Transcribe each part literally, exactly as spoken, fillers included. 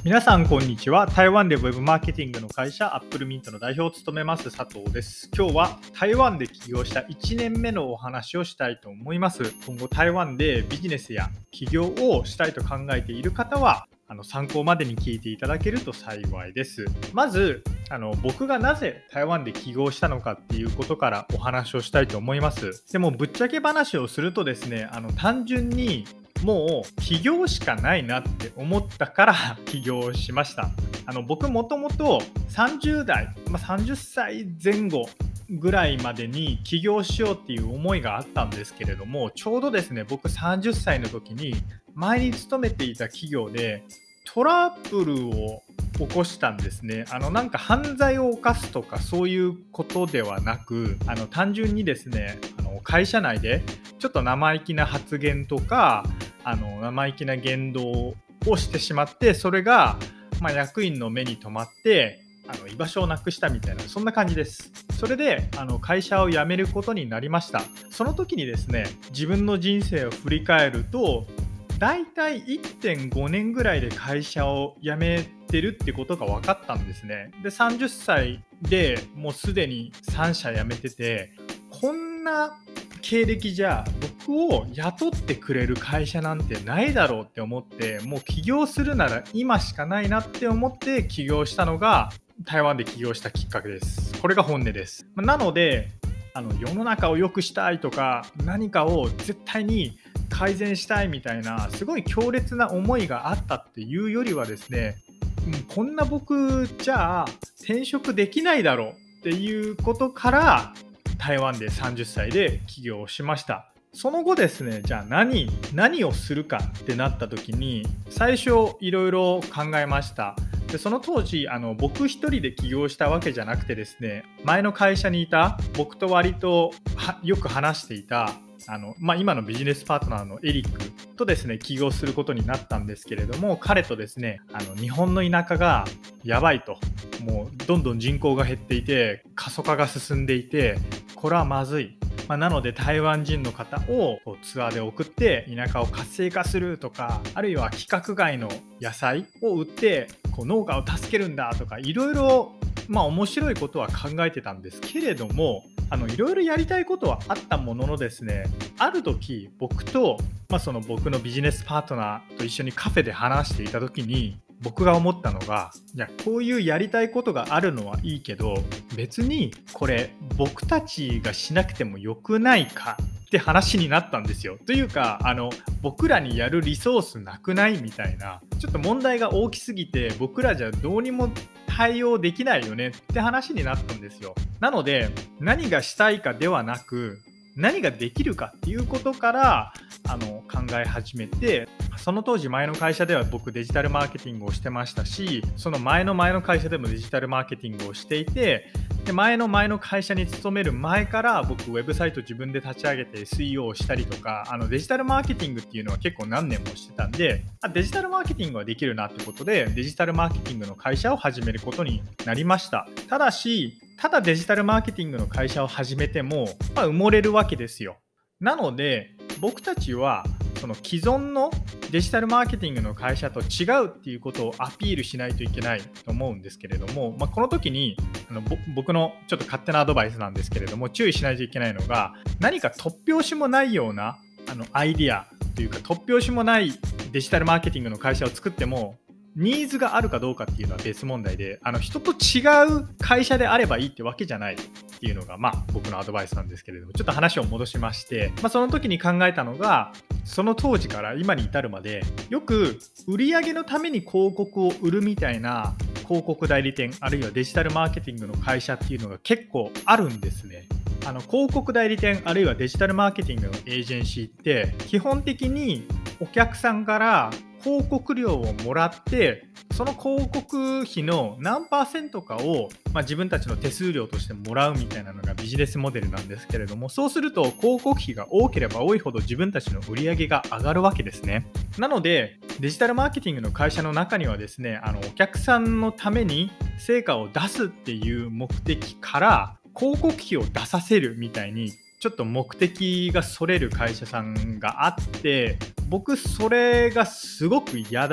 皆さんこんにちは。台湾でウェブマーケティングの会社アップルミントの代表を務めます佐藤です。今日は台湾で起業したいちねんめのお話をしたいと思います。今後台湾でビジネスや起業をしたいと考えている方はあの参考までに聞いていただけると幸いです。まずあの僕がなぜ台湾で起業したのかっていうことからお話をしたいと思います。でもぶっちゃけ話をするとですね、あの単純にもう起業しかないなって思ったから起業しました。あの僕もともとさんじゅう代、まあ、さんじゅっさいぜん後ぐらいまでに起業しようっていう思いがあったんですけれども、ちょうどですね僕さんじゅっさいの時に前に勤めていた企業でトラブルを起こしたんですね。あのなんか犯罪を犯すとかそういうことではなく、あの単純にですねあの会社内でちょっと生意気な発言とかあの生意気な言動をしてしまって、それが、まあ、役員の目に留まってあの居場所をなくしたみたいな、そんな感じです。それであの会社を辞めることになりました。その時にですね自分の人生を振り返ると、だいたい いってんご 年ぐらいで会社を辞めてるってことが分かったんですね。でさんじゅっさいでもうすでにさん社辞めてて、こんな経歴じゃ僕を雇ってくれる会社なんてないだろうって思って、もう起業するなら今しかないなって思って起業したのが台湾で起業したきっかけです。これが本音です。なのであの世の中を良くしたいとか何かを絶対に改善したいみたいなすごい強烈な思いがあったっていうよりはですね、こんな僕じゃあ転職できないだろうっていうことから台湾でさんじゅっさいで起業をしました。その後ですね、じゃあ何何をするかってなった時に最初いろいろ考えました。でその当時あの僕一人で起業したわけじゃなくてですね、前の会社にいた僕と割とよく話していたあの、まあ、今のビジネスパートナーのエリックとですね起業することになったんですけれども、彼とですねあの日本の田舎がやばいと、もうどんどん人口が減っていて過疎化が進んでいて、これはまずい、まあ、なので台湾人の方をこうツアーで送って田舎を活性化するとか、あるいは規格外の野菜を売ってこう農家を助けるんだとか、いろいろまあ面白いことは考えてたんですけれども、あのいろいろやりたいことはあったもののですね、ある時僕と、まあ、その僕のビジネスパートナーと一緒にカフェで話していた時に僕が思ったのが、いやこういうやりたいことがあるのはいいけど別にこれ僕たちがしなくてもよくないかって話になったんですよ。というかあの僕らにやるリソースなくないみたいな、ちょっと問題が大きすぎて僕らじゃどうにも対応できないよねって話になったんですよ。なので何がしたいかではなく何ができるかっていうことからあの考え始めて、その当時前の会社では僕デジタルマーケティングをしてましたし、その前の前の会社でもデジタルマーケティングをしていて、で前の前の会社に勤める前から僕ウェブサイト自分で立ち上げて エスイーオー をしたりとか、あのデジタルマーケティングっていうのは結構何年もしてたんで、デジタルマーケティングはできるなってことでデジタルマーケティングの会社を始めることになりました。ただしただデジタルマーケティングの会社を始めても、まあ、埋もれるわけですよ。なので僕たちはその既存のデジタルマーケティングの会社と違うっていうことをアピールしないといけないと思うんですけれども、まあ、この時にあの僕のちょっと勝手なアドバイスなんですけれども、注意しないといけないのが、何か突拍子もないようなあのアイディアというか突拍子もないデジタルマーケティングの会社を作ってもニーズがあるかどうかっていうのは別問題で、あの人と違う会社であればいいってわけじゃないっていうのが、まあ、僕のアドバイスなんですけれども、ちょっと話を戻しまして、まあ、その時に考えたのが、その当時から今に至るまでよく売上のために広告を売るみたいな広告代理店あるいはデジタルマーケティングの会社っていうのが結構あるんですね。あの広告代理店あるいはデジタルマーケティングのエージェンシーって基本的にお客さんから広告料をもらって、その広告費の何パーセントかを、まあ、自分たちの手数料としてもらうみたいなのがビジネスモデルなんですけれども、そうすると広告費が多ければ多いほど自分たちの売り上げが上がるわけですね。なのでデジタルマーケティングの会社の中にはですね、あのお客さんのために成果を出すっていう目的から広告費を出させるみたいにちょっと目的がそれる会社さんがあって、僕それがすごく嫌だっ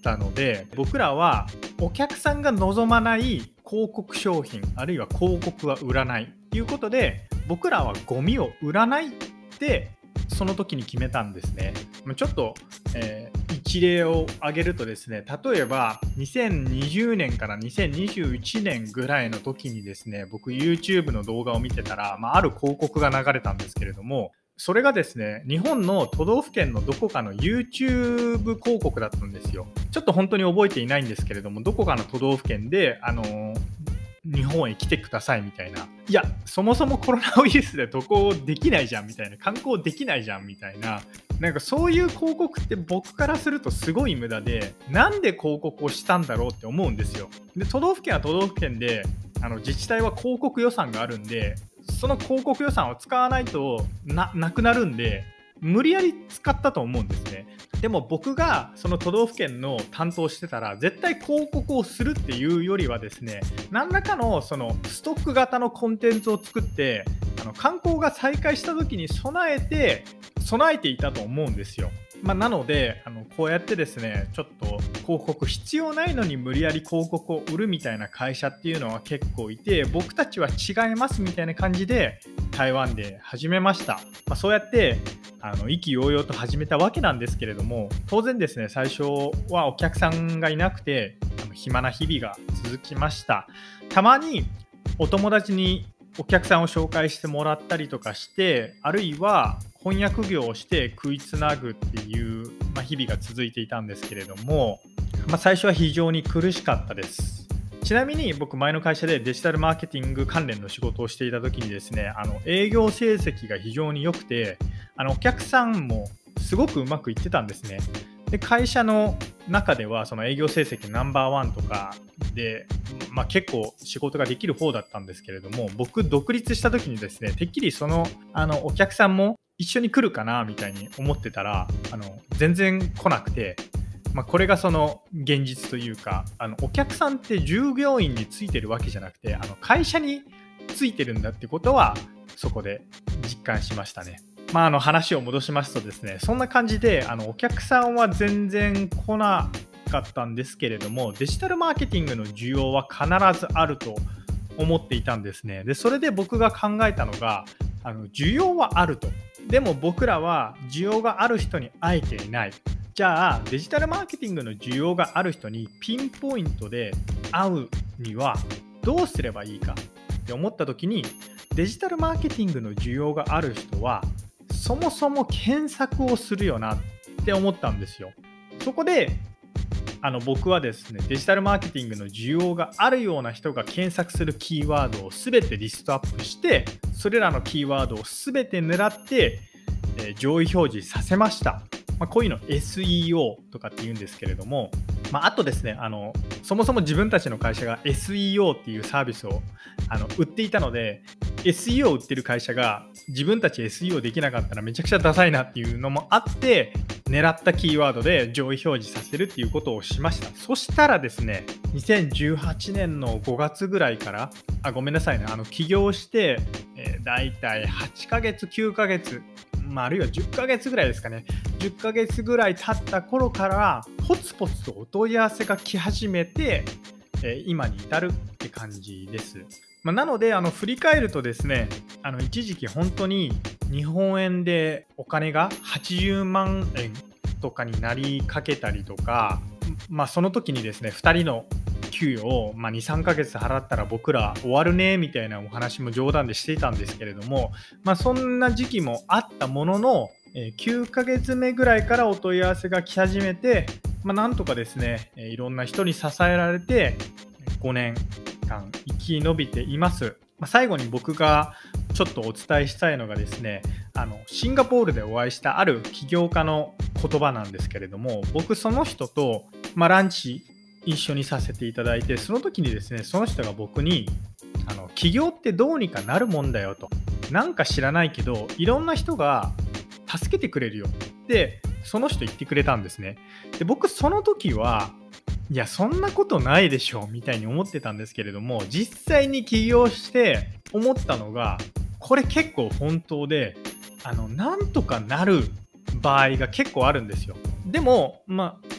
ったので、僕らはお客さんが望まない広告商品、あるいは広告は売らないということで、僕らはゴミを売らないってその時に決めたんですね。ちょっと、えー一例を挙げるとですね、例えばにせんにじゅうねんからにせんにじゅういちねんぐらいの時にですね、僕 YouTube の動画を見てたら、まあ、ある広告が流れたんですけれども、それがですね、日本の都道府県のどこかの YouTube 広告だったんですよ。ちょっと本当に覚えていないんですけれども、どこかの都道府県で、あのー日本へ来てくださいみたいな。いや、そもそもコロナウイルスで渡航できないじゃんみたいな、観光できないじゃんみたいな、なんかそういう広告って僕からするとすごい無駄で、なんで広告をしたんだろうって思うんですよ。で、都道府県は都道府県で、あの自治体は広告予算があるんで、その広告予算を使わないと な, なくなるんで、無理やり使ったと思うんですね。でも僕がその都道府県の担当してたら、絶対広告をするっていうよりはですね、何らかのそのストック型のコンテンツを作って、あの観光が再開した時に備えて備えていたと思うんですよ。まあ、なのであのこうやってですね、ちょっと広告必要ないのに無理やり広告を売るみたいな会社っていうのは結構いて、僕たちは違いますみたいな感じで台湾で始めました。まあ、そうやってあの意気揚々と始めたわけなんですけれども、当然ですね、最初はお客さんがいなくてあの暇な日々が続きました。たまにお友達にお客さんを紹介してもらったりとかして、あるいは翻訳業をして食いつなぐっていう、まあ、日々が続いていたんですけれども、まあ、最初は非常に苦しかったです。ちなみに僕、前の会社でデジタルマーケティング関連の仕事をしていた時にですね、あの営業成績が非常に良くて、あのお客さんもすごくうまくいってたんですね。で、会社の中ではその営業成績ナンバーワンとかで、まあ、結構仕事ができる方だったんですけれども、僕独立した時にですね、てっきりその、あのお客さんも一緒に来るかなみたいに思ってたら、あの全然来なくて、まあ、これがその現実というか、あのお客さんって従業員についてるわけじゃなくて、あの会社についてるんだってことはそこで実感しましたね。まあ、あの話を戻しますとですね、そんな感じであのお客さんは全然来なかったんですけれども、デジタルマーケティングの需要は必ずあると思っていたんですね。で、それで僕が考えたのが、あの需要はあると。でも僕らは需要がある人に会えていない。じゃあデジタルマーケティングの需要がある人にピンポイントで会うにはどうすればいいかって思った時に、デジタルマーケティングの需要がある人はそもそも検索をするよなって思ったんですよ。そこであの僕はですね、デジタルマーケティングの需要があるような人が検索するキーワードをすべてリストアップして、それらのキーワードをすべて狙って、えー上位表示させました。まあ、こういうの エスイーオー とかって言うんですけれども、まあ、あとですね、あのそもそも自分たちの会社が エスイーオー っていうサービスをあの売っていたので、 エスイーオー を売ってる会社が自分たち エスイーオー できなかったらめちゃくちゃダサいなっていうのもあって、狙ったキーワードで上位表示させるっていうことをしました。そしたらですね、にせんじゅうはちねんのごがつぐらいから、あ、ごめんなさいね、あの起業して、えー、だいたいはちかげつきゅうかげつ、まあ、あるいはじゅっかげつぐらいですかね、じゅっかげつぐらい経った頃からポツポツとお問い合わせが来始めて、えー今に至るって感じです。まあ、なのであの振り返るとですね、あの一時期本当に日本円でお金がはちじゅうまんえんとかになりかけたりとか、まあ、その時にですねふたりの給与を、まあ、にさんかげつ払ったら僕ら終わるねみたいなお話も冗談でしていたんですけれども、まあ、そんな時期もあったものの、えーきゅうかげつめぐらいからお問い合わせが来始めて、まあ、なんとかですね、えーいろんな人に支えられてごねんかん生き延びています。まあ、最後に僕がちょっとお伝えしたいのがですね、あのシンガポールでお会いしたある起業家の言葉なんですけれども、僕その人と、まあ、ランチ一緒にさせていただいて、その時にですね、その人が僕にあの起業ってどうにかなるもんだよと、なんか知らないけどいろんな人が助けてくれるよってその人言ってくれたんですね。で、僕その時はいやそんなことないでしょみたいに思ってたんですけれども、実際に起業して思ったのが、これ結構本当で、あのなんとかなる場合が結構あるんですよ。でも、まあ、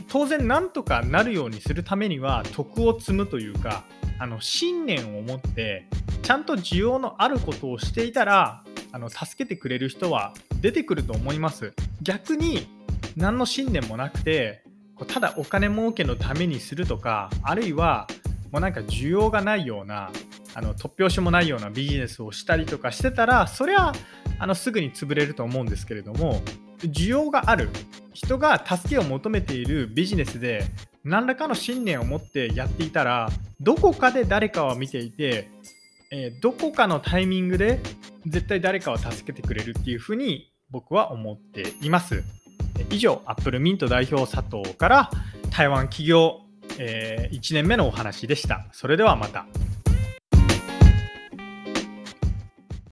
当然なんとかなるようにするためには徳を積むというか、あの信念を持ってちゃんと需要のあることをしていたら、あの助けてくれる人は出てくると思います。逆に何の信念もなくて、こうただお金儲けのためにするとか、あるいはもうなんか需要がないような、あの突拍子もないようなビジネスをしたりとかしてたら、それはあのすぐに潰れると思うんですけれども、需要がある人が助けを求めているビジネスで何らかの信念を持ってやっていたら、どこかで誰かは見ていて、えーどこかのタイミングで絶対誰かは助けてくれるっていうふうに僕は思っています。え以上、アップルミント代表佐藤から台湾企業、えーいちねんめのお話でした。それではまた。